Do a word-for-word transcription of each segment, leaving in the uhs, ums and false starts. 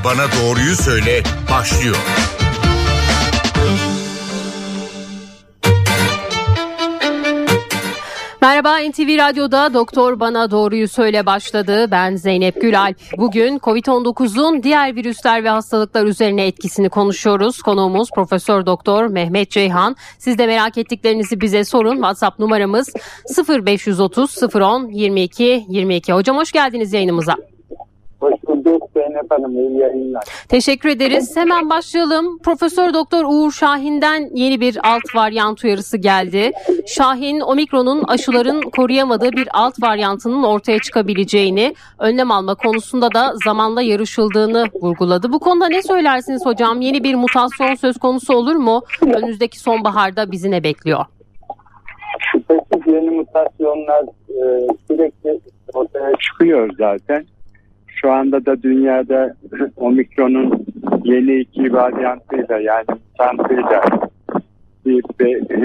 Bana Doğruyu Söyle başlıyor. Merhaba, N T V Radyo'da Doktor Bana Doğruyu Söyle başladı. Ben Zeynep Gülalp. Bugün kovid on dokuzun diğer virüsler ve hastalıklar üzerine etkisini konuşuyoruz. Konuğumuz Profesör Doktor Mehmet Ceyhan. Siz de merak ettiklerinizi bize sorun. WhatsApp numaramız sıfır beş otuz sıfır on yirmi iki yirmi iki. Hocam hoş geldiniz yayınımıza. Hoş bulduk Zeynep Hanım, iyi yayınlar. Teşekkür ederiz. Hemen başlayalım. Profesör Doktor Uğur Şahin'den yeni bir alt varyant uyarısı geldi. Şahin, omikronun aşıların koruyamadığı bir alt varyantının ortaya çıkabileceğini, önlem alma konusunda da zamanla yarışıldığını vurguladı. Bu konuda ne söylersiniz hocam? Yeni bir mutasyon söz konusu olur mu? Önümüzdeki sonbaharda bizi ne bekliyor? Şüphesiz yeni mutasyonlar e, sürekli ortaya çıkıyor zaten. Şu anda da dünyada omikronun yeni iki varyantıyla, yani mutantıyla bir B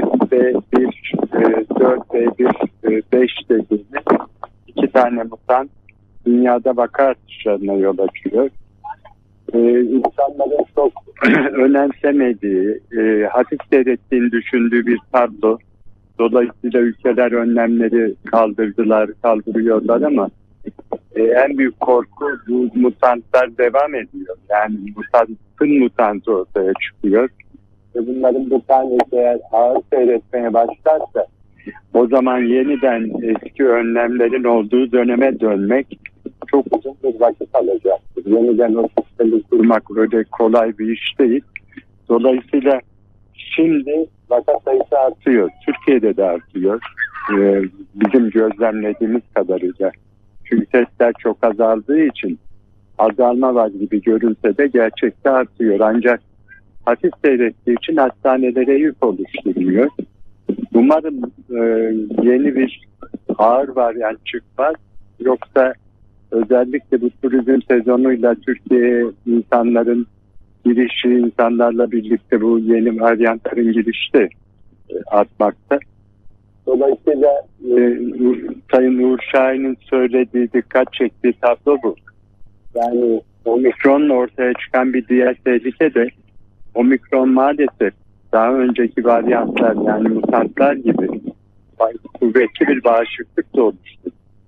bir, dört B bir, beş dediğimiz iki tane mutant dünyada vaka artışlarına yol açıyor. Ee, insanların çok önemsemediği, e, hafif seyrettiğini düşündüğü bir tablo. Dolayısıyla ülkeler önlemleri kaldırdılar, kaldırıyorlar ama e, en büyük korku bu mutantlar devam ediyor. Yani mutantın mutantı ortaya çıkıyor. Ve bunların bir tanesi eğer ağır seyretmeye başlarsa o zaman yeniden eski önlemlerin olduğu döneme dönmek çok uzun bir vakit alacaktır. Yeniden o sistemi kurmak öyle kolay bir iş değil. Dolayısıyla şimdi vaka sayısı artıyor. Türkiye'de de artıyor. Ee, bizim gözlemlediğimiz kadarıyla. Çünkü testler çok azaldığı için azalma var gibi görünse de gerçekte artıyor. Ancak hafif seyrettiği için hastanelere yük oluşturmuyor. Umarım e, yeni bir ağır varyant çıkmaz. Yoksa özellikle bu turizm sezonuyla Türkiye'ye insanların girişi, insanlarla birlikte bu yeni varyantların girişi de e, artmakta. Dolayısıyla e, Sayın Uğur Şahin'in söylediği, dikkat çektiği tablo bu. Yani omikronla ortaya çıkan bir diğer tehlike de omikron maalesef daha önceki varyantlar, yani mutantlar gibi kuvvetli bir bağışıklık da oluştu.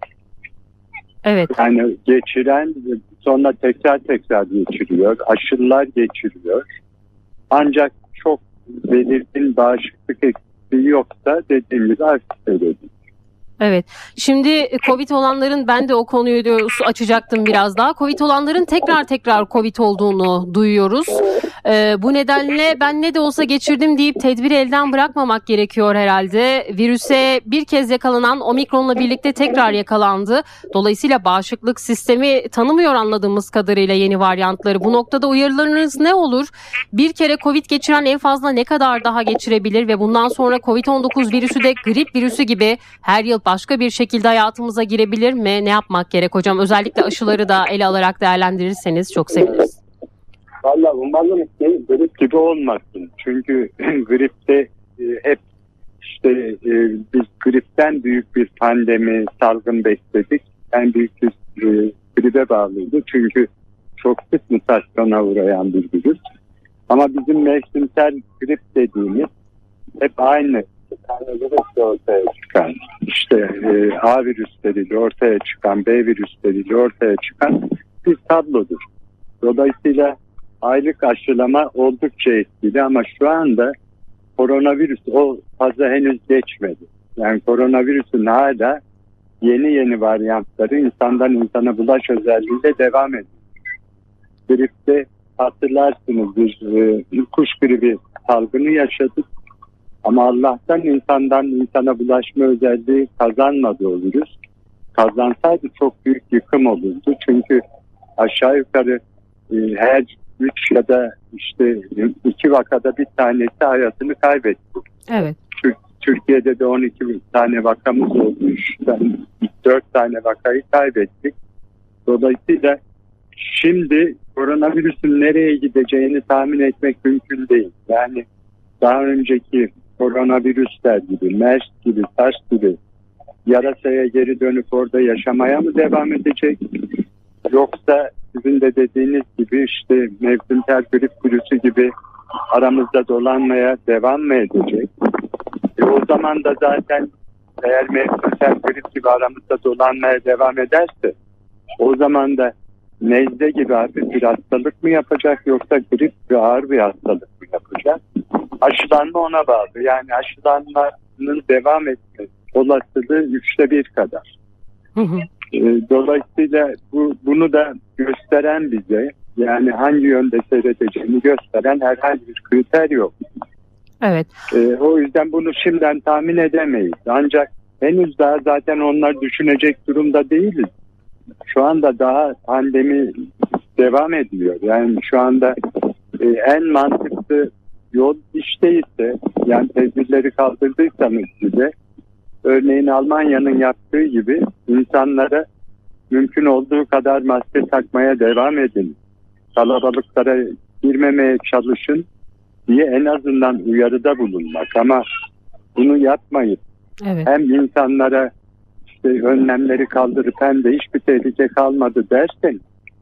Evet. Yani geçiren sonra tekrar tekrar geçiriyor, aşılar geçiriyor. Ancak çok belirgin bağışıklık eksikliği yoksa dediğim gibi hafif seyrediliyor. Evet. Şimdi Covid olanların, ben de o konuyu açacaktım biraz daha. Covid olanların tekrar tekrar Covid olduğunu duyuyoruz. Ee, bu nedenle ben ne de olsa geçirdim deyip tedbiri elden bırakmamak gerekiyor herhalde. Virüse bir kez yakalanan omikronla birlikte tekrar yakalandı. Dolayısıyla bağışıklık sistemi tanımıyor anladığımız kadarıyla yeni varyantları. Bu noktada uyarılarınız ne olur? Bir kere Covid geçiren en fazla ne kadar daha geçirebilir ve bundan sonra kovid on dokuz virüsü de grip virüsü gibi her yıl başka bir şekilde hayatımıza girebilir mi? Ne yapmak gerek hocam? Özellikle aşıları da ele alarak değerlendirirseniz çok seviniriz. Vallahi umarım ki grip gibi olmasın. Çünkü gripte e, hep işte e, biz gripten büyük bir pandemi, salgın bekledik. En büyük bir e, gribe bağlıydı. Çünkü çok sık mutasyona uğrayan bir virüs. Ama bizim mevsimsel grip dediğimiz hep aynı. Bir tane virüs de ortaya çıkan, işte e, A virüsleriyle ortaya çıkan, B virüsleriyle ortaya çıkan bir tablodur. Dolayısıyla aylık aşılama oldukça etkili ama şu anda koronavirüs o fazla henüz geçmedi. Yani koronavirüsün hala yeni yeni varyantları insandan insana bulaş özelliğiyle devam ediyor. Gripte hatırlarsınız bir e, kuş gribi salgını yaşadık. Ama Allah'tan insandan insana bulaşma özelliği kazanmadı o virüs. Kazansaydı çok büyük yıkım olurdu. Çünkü aşağı yukarı e, her üç ya da işte iki vakada bir tanesi hayatını kaybetti. Evet. Türkiye'de de on iki tane vakamız oldu. dört tane vakayı kaybettik. Dolayısıyla şimdi koronavirüsün nereye gideceğini tahmin etmek mümkün değil. Yani daha önceki koronavirüsler gibi, MERS gibi, SARS gibi yarasaya geri dönüp orada yaşamaya mı devam edecek? Yoksa sizin de dediğiniz gibi işte mevsimsel grip virüsü gibi aramızda dolanmaya devam mı edecek? E o zaman da zaten eğer mevsimsel grip gibi aramızda dolanmaya devam ederse o zaman da nezle gibi hafif bir hastalık mı yapacak yoksa grip ve ağır bir hastalık mı yapacak? Aşılanma ona bağlı. Yani aşılanmanın devam etme olasılığı üçte bir kadar. Hı hı. Dolayısıyla bu, bunu da gösteren bize, yani hangi yönde seyredeceğini gösteren herhangi bir kriter yok. Evet. Ee, o yüzden bunu şimdiden tahmin edemeyiz. Ancak henüz daha zaten onlar düşünecek durumda değiliz. Şu anda daha pandemi devam ediyor. Yani şu anda e, en mantıklı yol iş değilse, yani tedbirleri kaldırdıysanız size, örneğin Almanya'nın yaptığı gibi insanlara mümkün olduğu kadar maske takmaya devam edin. Kalabalıklara girmemeye çalışın diye en azından uyarıda bulunmak. Ama bunu yapmayıp Evet. hem insanlara işte önlemleri kaldırıp hem de hiçbir tehlike kalmadı dersen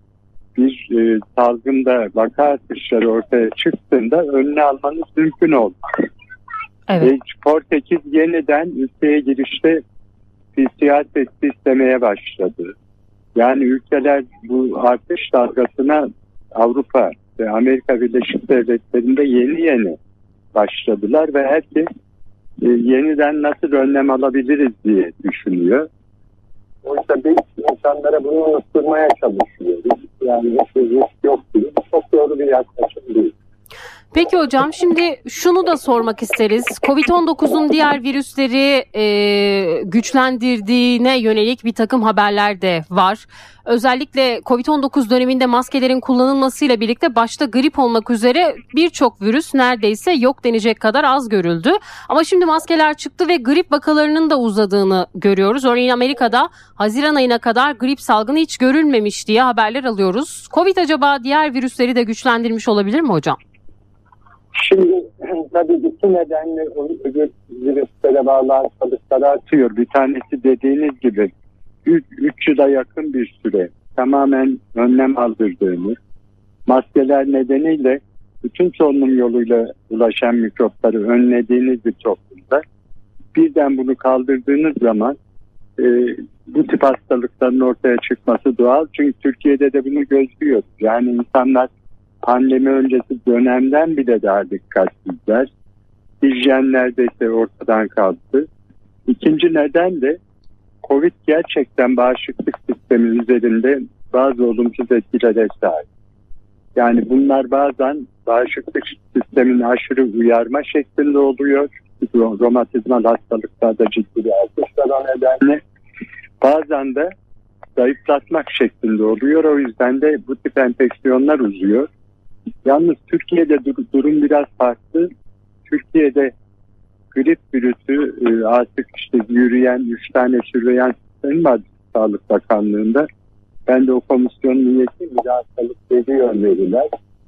bir e, salgında vaka artışları ortaya çıktığında önüne almanız mümkün oldu. Evet. E, Portekiz yeniden ülkeye girişte P C R testi istemeye başladı. Yani ülkeler bu artış dalgasına Avrupa ve Amerika Birleşik Devletleri'nde yeni yeni başladılar ve herkes e, yeniden nasıl önlem alabiliriz diye düşünüyor. Oysa biz insanlara bunu unutturmaya çalışıyoruz. Yani hiçbir risk yok diye. Çok doğru bir yaklaşım değil. Peki hocam, şimdi şunu da sormak isteriz. kovid on dokuzun diğer virüsleri e, güçlendirdiğine yönelik bir takım haberler de var. Özellikle kovid on dokuz döneminde maskelerin kullanılmasıyla birlikte başta grip olmak üzere birçok virüs neredeyse yok denecek kadar az görüldü. Ama şimdi maskeler çıktı ve grip vakalarının da uzadığını görüyoruz. Örneğin Amerika'da Haziran ayına kadar grip salgını hiç görülmemiş diye haberler alıyoruz. Covid acaba diğer virüsleri de güçlendirmiş olabilir mi hocam? Şimdi tabii iki nedenle öbür virüslere bağlı hastalıklar artıyor. Bir tanesi dediğiniz gibi üç yıla yakın bir süre tamamen önlem aldırdığımız, maskeler nedeniyle bütün solunum yoluyla ulaşan mikropları önlediğiniz bir toplumda birden bunu kaldırdığınız zaman e, bu tip hastalıkların ortaya çıkması doğal. Çünkü Türkiye'de de bunu gözlüyoruz. Yani insanlar pandemi öncesi dönemden bile daha dikkatsizler. Hijyen neredeyse ortadan kalktı. İkinci neden de Covid gerçekten bağışıklık sistemi üzerinde bazı olumsuz etkilere sahip. Yani bunlar bazen bağışıklık sistemini aşırı uyarma şeklinde oluyor. Romatizmal hastalıklarda ciddi bir artış var o nedenle. Bazen de zayıflatmak şeklinde oluyor. O yüzden de bu tip enfeksiyonlar uzuyor. Yalnız Türkiye'de durum biraz farklı. Türkiye'de grip virüsü artık işte yürüyen üç tane sürveyan sistemi var Sağlık Bakanlığı'nda. Ben de o komisyonun üyesiyim. Bir hastalık veriyor veriler.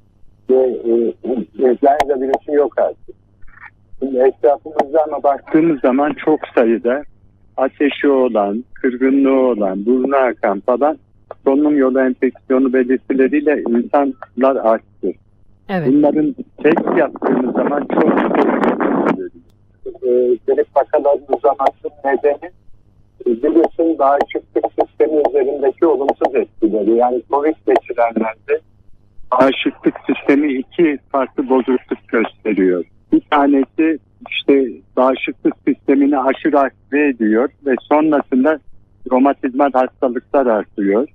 Ve influenza virüsü yok artık. Şimdi etrafımızda ama baktığımız zaman çok sayıda ateşi olan, kırgınlığı olan, burnu akan falan solunum yolu enfeksiyonu belirtileriyle insanlar arttı. Evet. Bunların tek yaptığımız zaman çok görüyoruz. Ee, grip vakalarının uzamasının nedeni virüsün bağışıklık sistemi üzerindeki olumsuz etkileri. Yani Covid geçirenlerde bağışıklık sistemi iki farklı bozukluk gösteriyor. Bir tanesi işte bağışıklık sistemini aşırı aktive ediyor ve sonrasında romatizmal hastalıklar artıyor.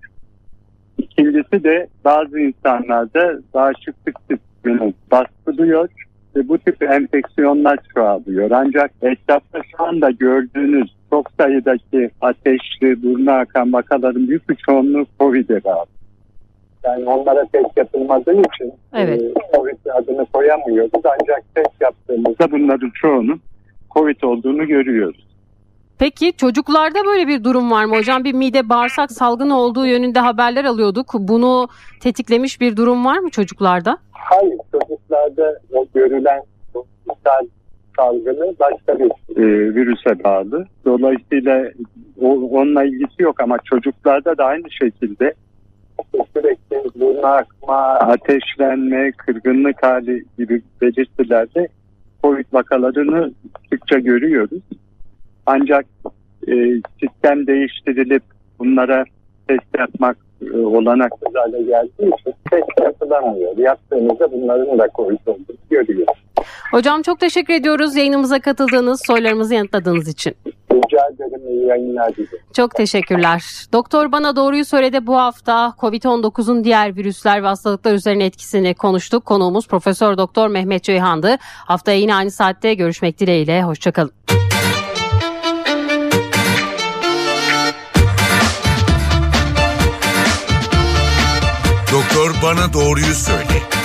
İkincisi de bazı insanlarda bağışıklık sistemini baskılıyor ve bu tip enfeksiyonlar çoğalıyor. Ancak etrafta şu anda gördüğünüz çok sayıdaki ateşli, burnu akan vakaların büyük bir çoğunluğu Covid'e bağlı. Yani onlara test yapılmadığı için evet. e, Covid adını koyamıyoruz. Ancak test yaptığımızda bunların çoğunun Covid olduğunu görüyoruz. Peki çocuklarda böyle bir durum var mı hocam? Bir mide bağırsak salgını olduğu yönünde haberler alıyorduk. Bunu tetiklemiş bir durum var mı çocuklarda? Hayır, çocuklarda o görülen ishal salgını başka bir e, virüse bağlı. Dolayısıyla o, onunla ilgisi yok ama çocuklarda da aynı şekilde sürekli burun akma, ateşlenme, kırgınlık hali gibi belirtilerde Covid vakalarını sıkça görüyoruz. Ancak e, sistem değiştirilip bunlara test yapmak e, olanaksız hale geldiği için test yapılamıyor. Yaptığımızda bunların da Covid olduğunu görüyoruz. Hocam çok teşekkür ediyoruz yayınımıza katıldığınız, sorularımızı yanıtladığınız için. Rica ederim, iyi yayınlar dilerim. Çok teşekkürler. Doktor Bana Doğruyu Söyledi bu hafta kovid on dokuzun diğer virüsler ve hastalıklar üzerine etkisini konuştuk. Konuğumuz Profesör Doktor Mehmet Ceyhan'dı. Haftaya yine aynı saatte görüşmek dileğiyle. Hoşçakalın. Doktor Bana Doğruyu Söyle.